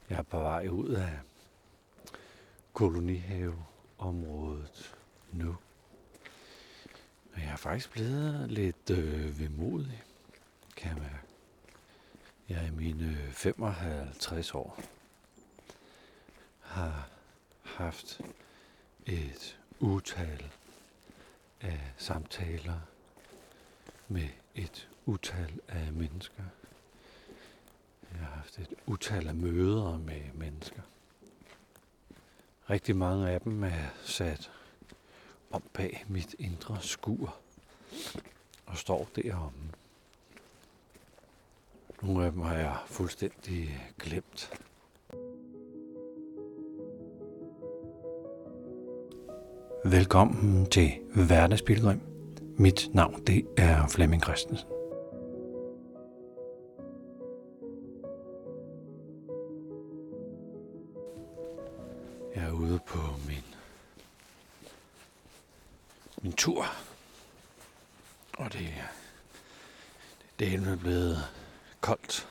Jeg er på vej ud af kolonihaveområdet nu. Og jeg er faktisk blevet lidt vemodig, kan jeg mærke. Jeg i mine 55 år har haft et utal af samtaler med et utal af mennesker. Jeg har haft et utal af møder med mennesker. Rigtig mange af dem er sat om bag mit indre skur og står deromme. Nogle af dem har jeg fuldstændig glemt. Velkommen til Hverdagspilgrim. Mit navn det er Flemming Christensen. Jeg er ude på min tur, og det er blevet koldt.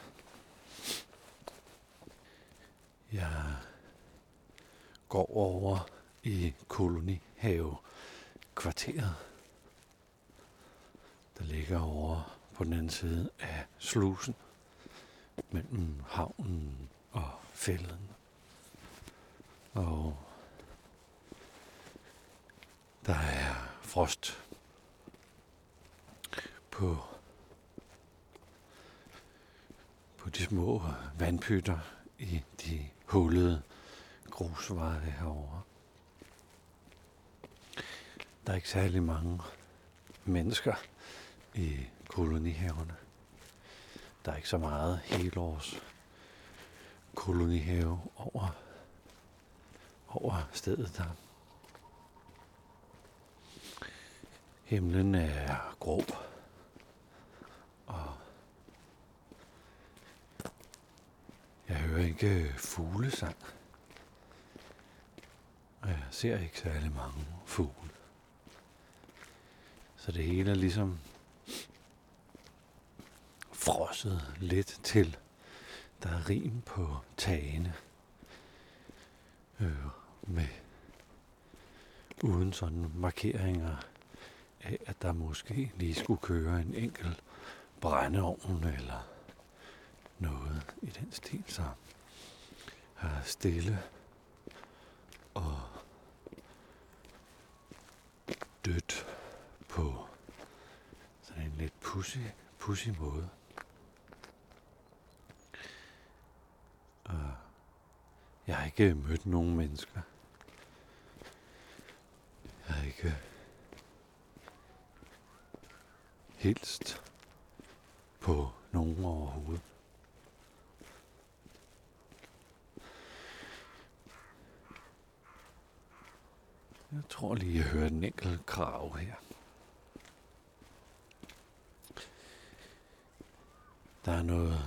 Jeg går over i kolonihavekvarteret, der ligger over på den anden side af slusen mellem havnen og fælden. Og der er frost på de små vandpytter i de hullede grusveje herovre. Der er ikke særlig mange mennesker i kolonihaverne. Der er ikke så meget helårs kolonihave over stedet der. Himlen er grå, og jeg hører ikke fuglesang, og jeg ser ikke særlig mange fugle. Så det hele er ligesom frosset lidt til. Der er rim på tagene, uden sådan markeringer af, at der måske lige skulle køre en enkelt brændeovn eller noget i den stil. Så er stille og dødt på sådan en lidt pudsig måde. Og jeg har ikke mødt nogen mennesker. Jeg har ikke hilst på nogen overhovedet. Jeg tror lige, jeg hører en enkelt krav her. Der er noget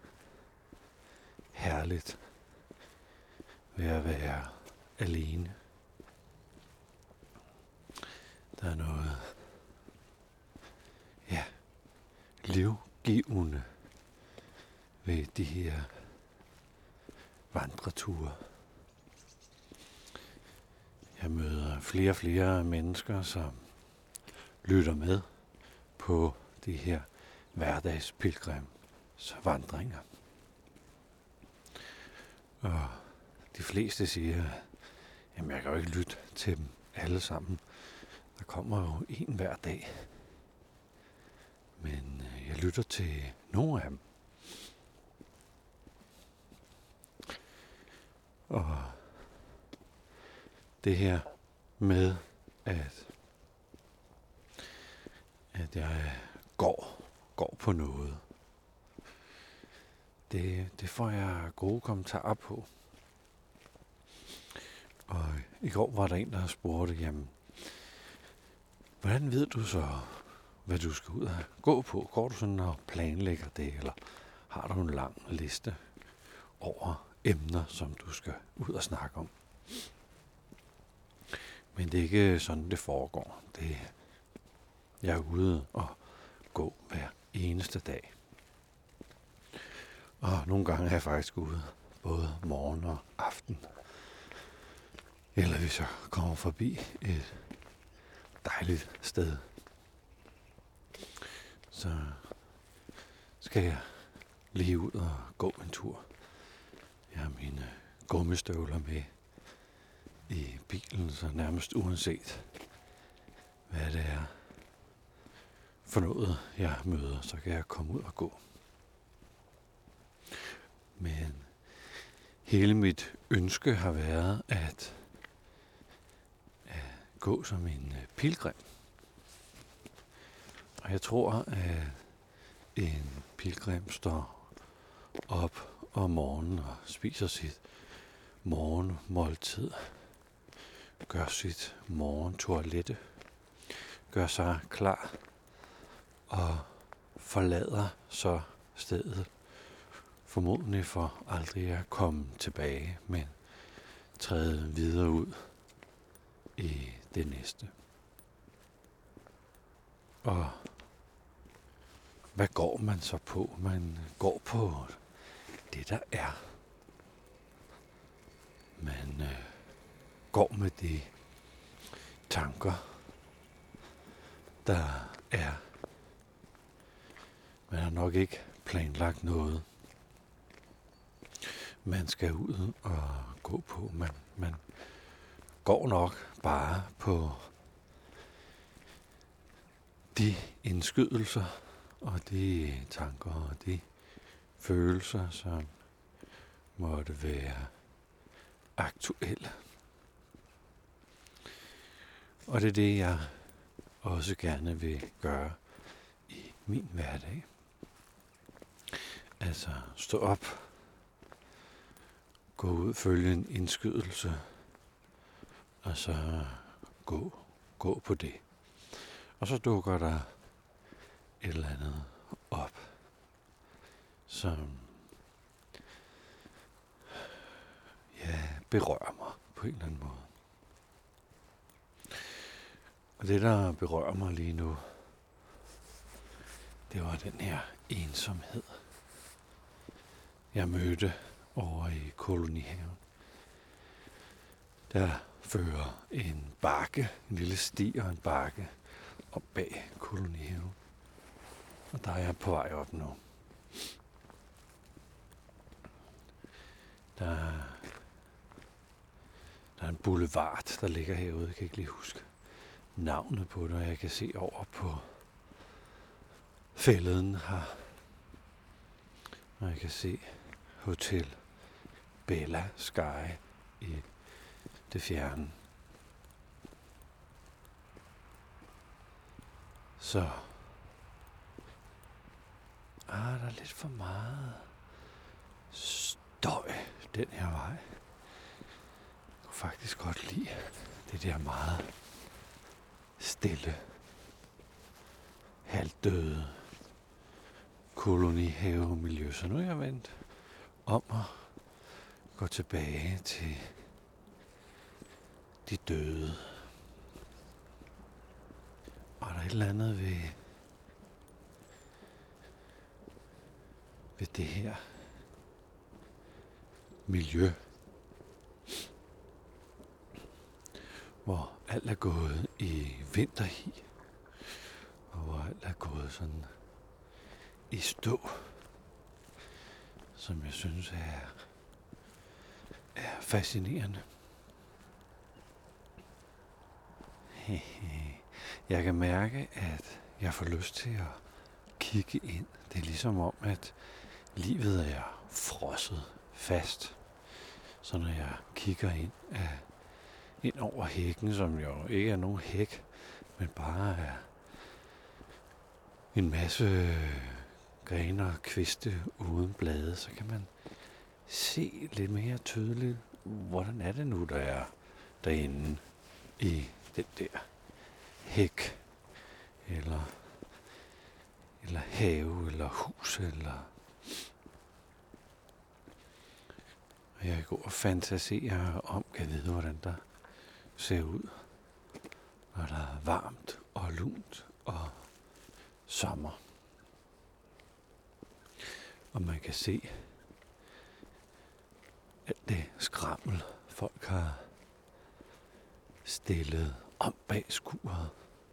herligt ved at være alene. Der er noget livgivende ved de her vandreture. Jeg møder flere og flere mennesker, som lytter med på de her hverdagspilgrimsvandringer. Og de fleste siger, jamen jeg kan jo ikke lytte til dem alle sammen. Der kommer jo en hver dag. Men jeg lytter til nogle af dem. Og det her med, at jeg går på noget, det får jeg gode kommentarer på. Og i går var der en, der spurgte, jamen, hvordan ved du så, hvad du skal ud og gå på? Går du sådan og planlægger det, eller har du en lang liste over emner, som du skal ud og snakke om? Men det er ikke sådan, det foregår. Jeg er ude og gå hver eneste dag. Og nogle gange er jeg faktisk ude både morgen og aften. Eller hvis jeg kommer forbi et dejligt sted, så skal jeg lige ud og gå en tur. Jeg har mine gummistøvler med i bilen, så nærmest uanset hvad det er for noget, jeg møder, så kan jeg komme ud og gå. Men hele mit ønske har været at gå som en pilgrim. Og jeg tror, at en pilgrim står op om morgenen og spiser sit morgenmåltid, gør sit morgentoilette, gør sig klar og forlader så stedet, formodentlig for aldrig at komme tilbage, men træde videre ud i det næste. Og hvad går man så på? Man går på det, der er. Man går med de tanker, der er. Man har nok ikke planlagt noget. Man skal ud og gå på. Man går nok bare på de indskydelser og de tanker og de følelser, som måtte være aktuelle. Og det er det, jeg også gerne vil gøre i min hverdag. Altså stå op, gå ud, følge en indskydelse, og så gå på det. Og så dukker der et eller andet op, som berører mig på en eller anden måde. Og det, der berører mig lige nu, det var den her ensomhed, jeg mødte over i kolonihaven. Der fører en bakke, en lille sti og en bakke op bag kolonihaven. Og der er jeg på vej op nu. Der er en boulevard, der ligger herude. Jeg kan ikke lige huske navnet på det, og jeg kan se over på fælleden her. Og jeg kan se Hotel Bella Sky i det fjerne. Så der er lidt for meget støj den her vej. Jeg kunne faktisk godt lide det der meget stille, halvdøde kolonihavemiljø. Så nu er jeg vendt om og går tilbage til de døde. Og der er et eller andet ved det her miljø, hvor alt er gået i vinterhi, og hvor alt er gået sådan i stå, som jeg synes er fascinerende. Jeg kan mærke, at jeg får lyst til at kigge ind. Det er ligesom om, at livet er frosset fast. Så når jeg kigger ind over hækken, som jo ikke er nogen hæk, men bare er en masse grene og kviste uden blade, så kan man se lidt mere tydeligt, hvordan er det nu, der er derinde i den der hæk, eller have, eller hus, eller... Og jeg kan gå og fantasere om, kan vide, hvordan der ser ud, når der er varmt og lunt og sommer. Og man kan se alt det skrammel, folk har stillet om bag skuret.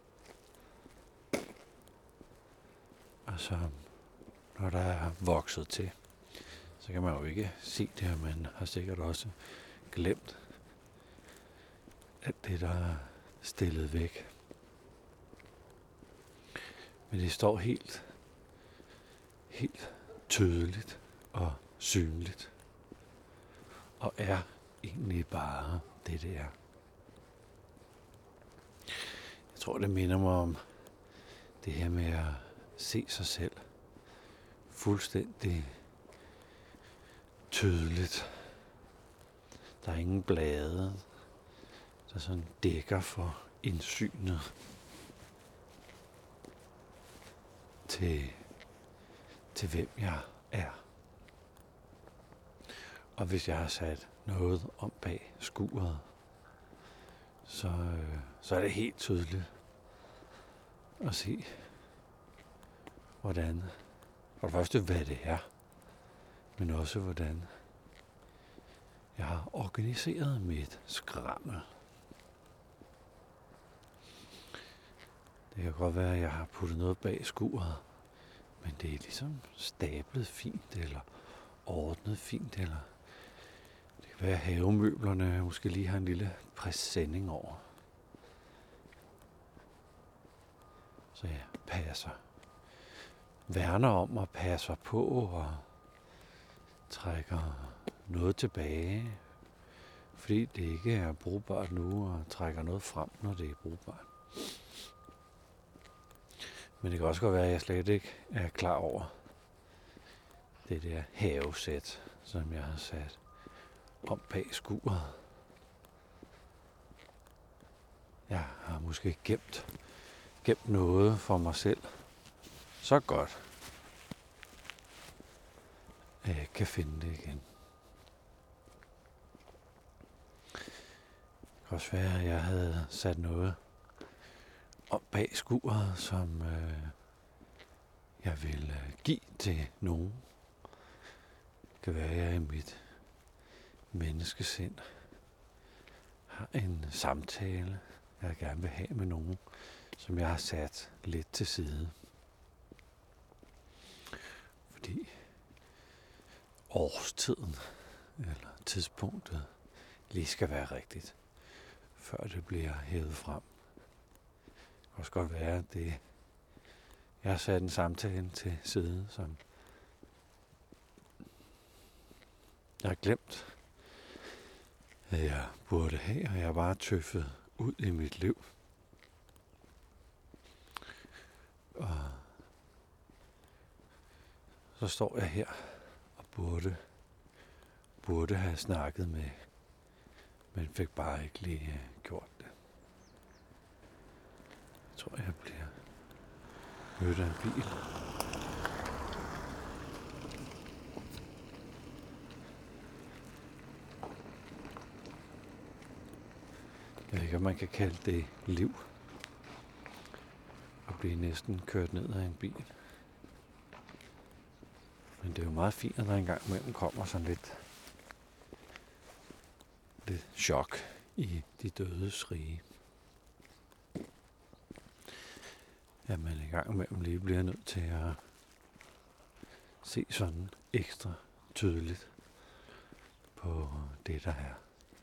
Og så når der er vokset til, så kan man jo ikke se det, og man har sikkert også glemt alt det, der er stillet væk. Men det står helt tydeligt og synligt, og er egentlig bare det er. Jeg tror, det minder mig om det her med at se sig selv fuldstændig tydeligt. Der er ingen blade, der sådan dækker for indsynet til hvem jeg er. Og hvis jeg har sat noget om bag skuret, så er det helt tydeligt at se, hvordan, for det første hvad det er, men også hvordan jeg har organiseret mit skrammel. Det kan godt være, at jeg har puttet noget bag skuret, men det er ligesom stablet fint, eller ordnet fint, eller det kan være, at havemøblerne måske lige har en lille præsending over. Så jeg værner om og passer på og trækker noget tilbage, fordi det ikke er brugbart nu, og trækker noget frem, når det er brugbart. Men det kan også godt være, at jeg slet ikke er klar over det der havesæt, som jeg har sat om bag skuret. Jeg har måske gemt noget for mig selv så godt, at jeg ikke kan finde det igen. Det kan også være, at jeg havde sat noget om bag skuret, som jeg vil give til nogen. Det kan være, at jeg i mit menneskesind har en samtale, jeg gerne vil have med nogen, som jeg har sat lidt til side. Fordi årstiden eller tidspunktet lige skal være rigtigt, før det bliver hævet frem. Det kan også godt være, at jeg har sat en samtale til side, som jeg har glemt, at jeg burde have, og jeg har bare tøffet ud i mit liv. Og så står jeg her og burde have snakket med, men fik bare ikke lige gjort det. Jeg tror, jeg bliver mødt af en bil. Jeg ved ikke, om man kan kalde det liv at blive næsten kørt ned af en bil. Men det er jo meget fint, at der engang imellem kommer sådan lidt chok i de dødes rige. At man engang imellem lige bliver nødt til at se sådan ekstra tydeligt på det, der er.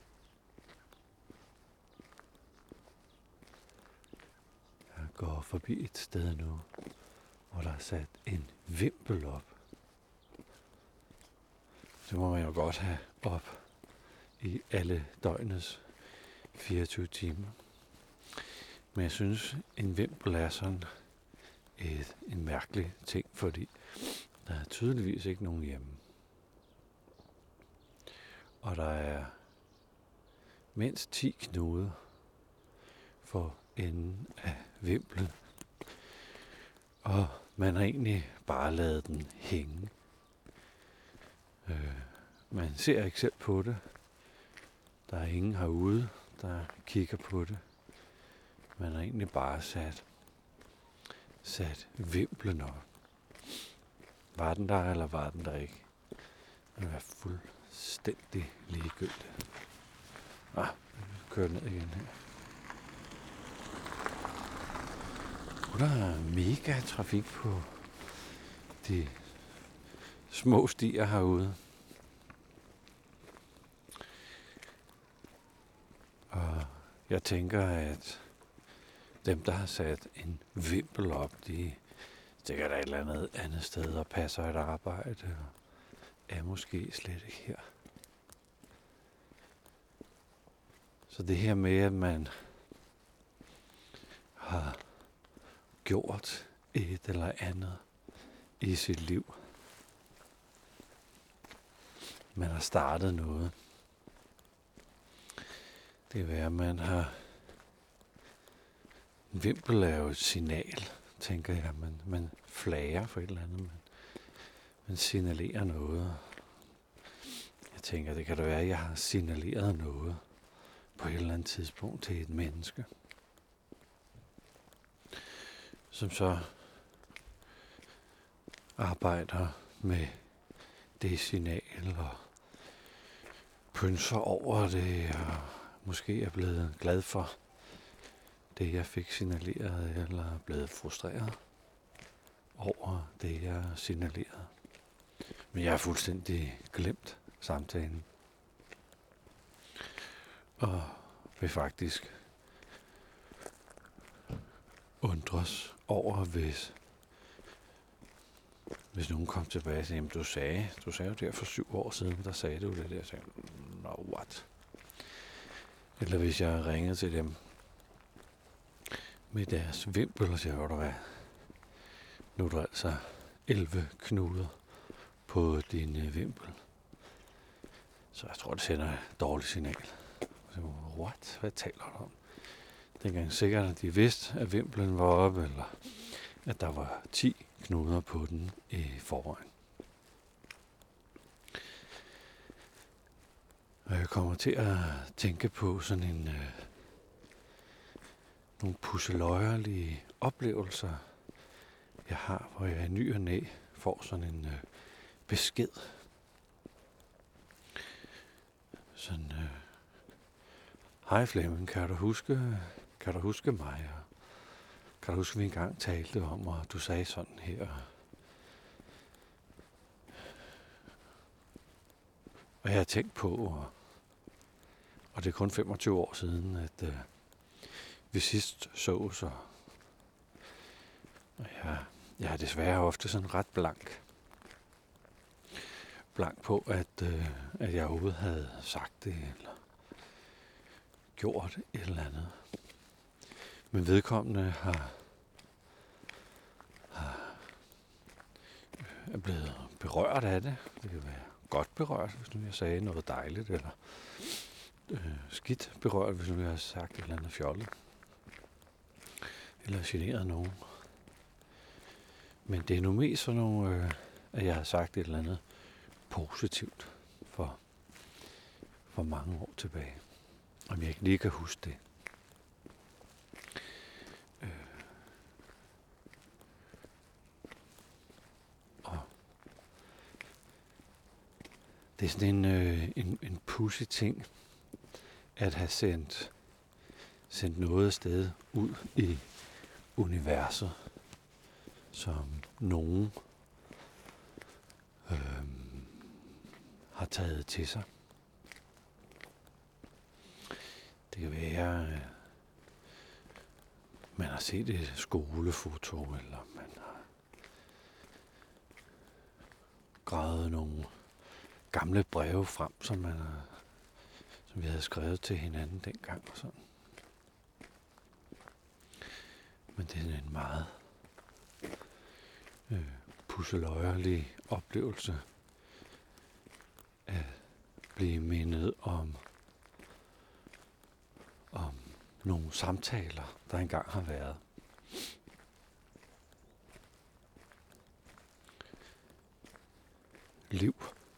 Jeg går forbi et sted nu, hvor der er sat en vimpel op. Det må man jo godt have op i alle døgnets 24 timer. Men jeg synes, en vimpel er sådan en mærkelig ting, fordi der er tydeligvis ikke nogen hjemme. Og der er mindst 10 knude for enden af vimplen. Og man har egentlig bare ladet den hænge. Man ser ikke selv på det. Der er ingen herude, der kigger på det. Man har egentlig bare sat vimplen op. Var den der, eller var den der ikke? Den er fuldstændig ligegyldigt. Vi kører ned igen her. Der er mega trafik på de små stier herude. Og jeg tænker, at dem, der har sat en vimpel op, de stikker der et eller andet sted og passer et arbejde, og er måske slet ikke her. Så det her med, at man har gjort et eller andet i sit liv. Man har startet noget. Det kan være, at man har... En vimpel er jo et signal, tænker jeg. Man flager for et eller andet. Man signalerer noget. Jeg tænker, det kan da være, at jeg har signaleret noget på et eller andet tidspunkt til et menneske, som så arbejder med det signal og pynser over det, og måske er blevet glad for det, jeg fik signaleret, eller er blevet frustreret over det, jeg signalerede. Men jeg har fuldstændig glemt samtalen. Og vil faktisk undres over, hvis nogen kom tilbage og sagde, du sagde jo der for 7 år siden, der sagde du det der. Jeg sagde, no, what? Eller hvis jeg ringede til dem med deres vimpel og siger, du hvad, nu er der altså 11 knuder på din vimpel. Så jeg tror, det sender et dårligt signal. Så, what? Hvad taler du om? Dengang sikkert, at de vidste, at vimplen var oppe, eller at der var 10 knuder på den i forvejen. Og jeg kommer til at tænke på sådan nogle pusseløjerlige oplevelser, jeg har, hvor jeg i ny og næ får sådan en besked. Sådan, hej Flemming, kan du huske mig? Og kan du huske, vi engang talte om, og du sagde sådan her? Og jeg har tænkt på, og det er kun 25 år siden, at vi sidst så. Og jeg er desværre ofte sådan ret blank. Blank på, at jeg overhovedet havde sagt det, eller gjort et eller andet. Men vedkommende er blevet berørt af det. Det kan være godt berørt, hvis nu jeg sagde noget dejligt, eller skidt berørt, hvis nu jeg har sagt et eller andet fjollet. Eller generet nogen. Men det er nu mest sådan nogle, at jeg har sagt et eller andet positivt for mange år tilbage. Om jeg ikke lige kan huske det. Og det er sådan en pudsig ting, at have sendt noget afsted ud i universet, som nogen har taget til sig. Det kan være, man har set et skolefoto, eller man har gravet nogle gamle breve frem, som vi havde skrevet til hinanden dengang og sådan. Men det er en meget pusseløjerlig oplevelse at blive mindet om nogle samtaler, der engang har været. Liv.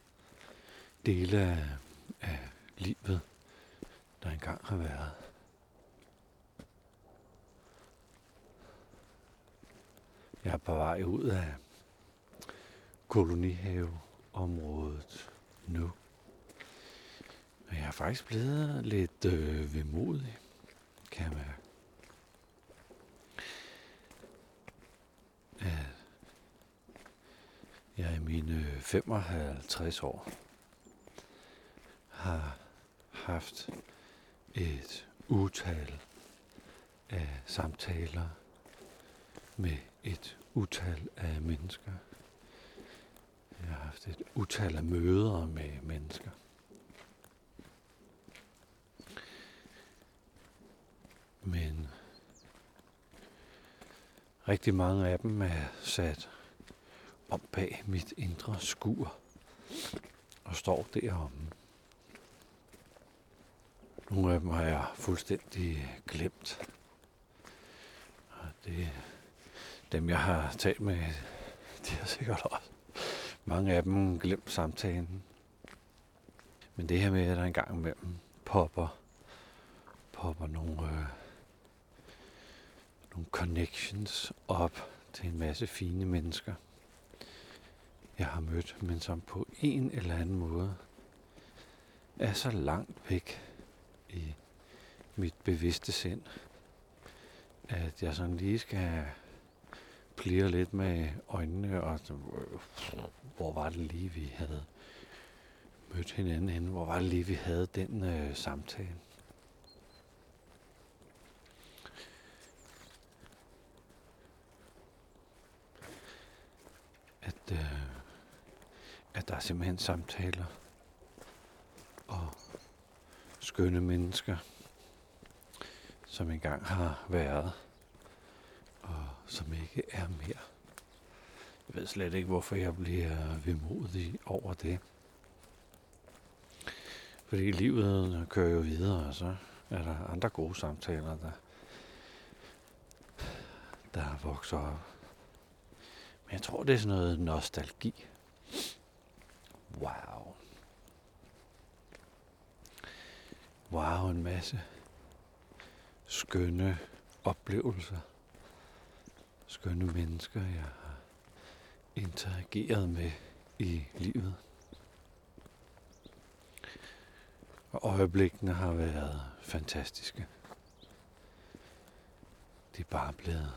Dele af livet, der engang har været. Jeg er på vej ud af kolonihaveområdet nu. faktisk blevet lidt vemodig, kan jeg mærke. At jeg i mine 55 år har haft et utal af samtaler med et utal af mennesker. Jeg har haft et utal af møder med mennesker. Men rigtig mange af dem er sat om bag mit indre skur og står deromme. Nogle af dem har jeg fuldstændig glemt. Og det dem, jeg har talt med, de har sikkert også mange af dem glemt samtalen. Men det her med, at der engang imellem popper nogle connections op til en masse fine mennesker, jeg har mødt, men som på en eller anden måde er så langt væk i mit bevidste sind, at jeg sådan lige skal plire lidt med øjnene, og hvor var det lige, vi havde mødt hinanden henne? Hvor var det lige, vi havde den samtale? At der er simpelthen samtaler og skønne mennesker, som engang har været, og som ikke er mere. Jeg ved slet ikke, hvorfor jeg bliver vemodig over det. Fordi livet kører jo videre, og så er der andre gode samtaler, der vokser op. Men jeg tror, det er sådan noget nostalgi. Wow. Wow, en masse skønne oplevelser. Skønne mennesker, jeg har interageret med i livet. Og øjeblikkene har været fantastiske. De er bare blevet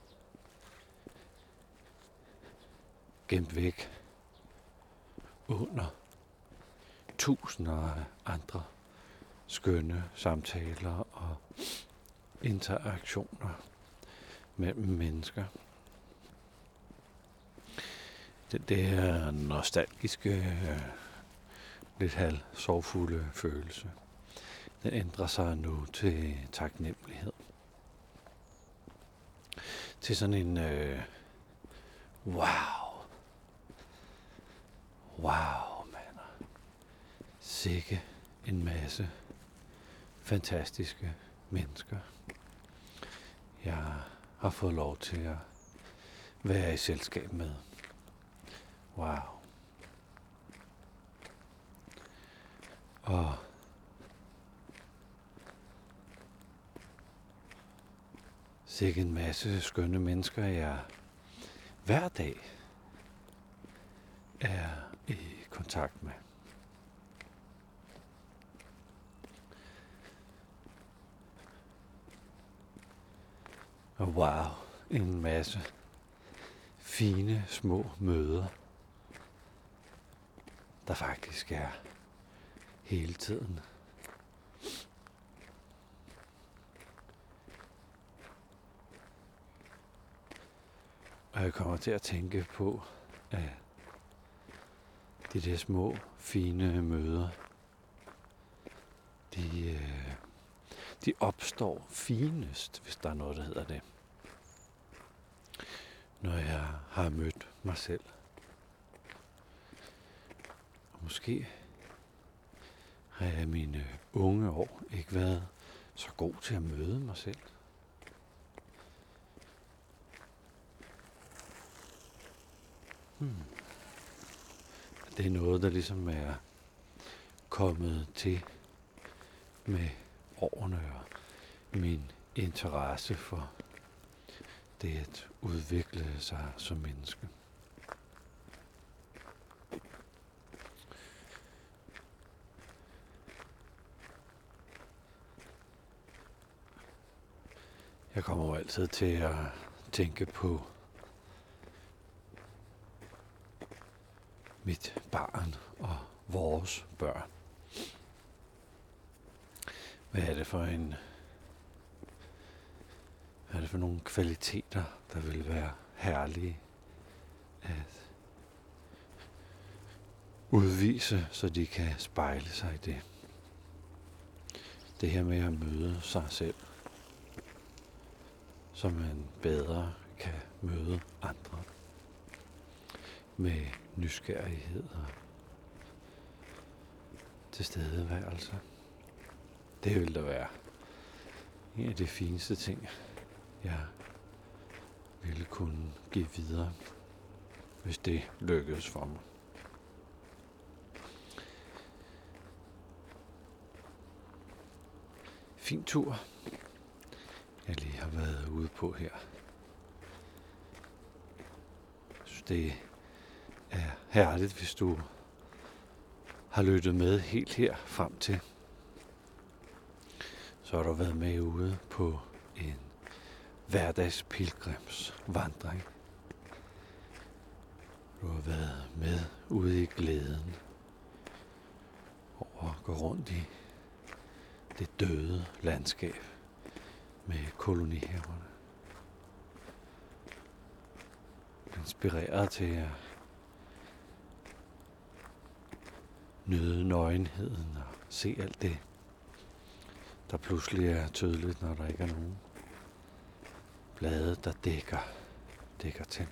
gemt væk under tusinder af andre skønne samtaler og interaktioner mellem mennesker. Det her nostalgiske, lidt halvsorgfulde følelse, den ændrer sig nu til taknemmelighed. Til sådan en wow, mander. Sikke en masse fantastiske mennesker, jeg har fået lov til at være i selskab med. Wow. Og sikke en masse skønne mennesker, jeg hver dag er i kontakt med. Og wow, en masse fine små møder, der faktisk er hele tiden. Og jeg kommer til at tænke på, at de der små, fine møder, de opstår finest, hvis der er noget, der hedder det. Når jeg har mødt mig selv. Og måske har jeg i mine unge år ikke været så god til at møde mig selv. Det er noget, der ligesom er kommet til med årene og min interesse for det at udvikle sig som menneske. Jeg kommer jo altid til at tænke på mit barn og vores børn. Hvad er det for nogle kvaliteter, der vil være herlige at udvise, så de kan spejle sig i det. Det her med at møde sig selv, så man bedre kan møde andre med nysgerrighed og tilstedeværelse. Det vil da være en af de fineste ting, jeg ville kunne give videre, hvis det lykkedes for mig. Fin tur, jeg lige har været ude på her. Jeg synes, det er herligt, hvis du har lyttet med helt her frem til. Så har du været med ude på en hverdagspilgrimsvandring. Du har været med ude i glæden over at gå rundt i det døde landskab med kolonihaverne. Inspireret til at nyde nøgenheden og se alt det, der pludselig er tydeligt, når der ikke er nogen blade, der dækker til.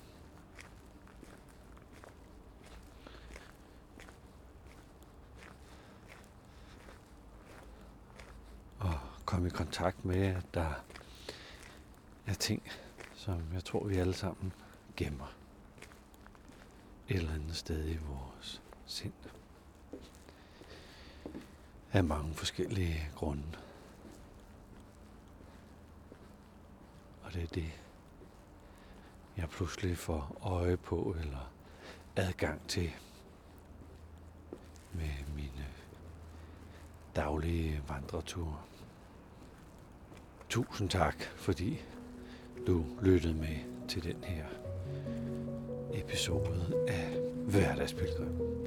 Og komme i kontakt med, at der er ting, som jeg tror, vi alle sammen gemmer et eller andet sted i vores sind. Af mange forskellige grunde. Og det er det, jeg pludselig får øje på eller adgang til med mine daglige vandreture. Tusind tak, fordi du lyttede med til den her episode af Hverdagspilgrim.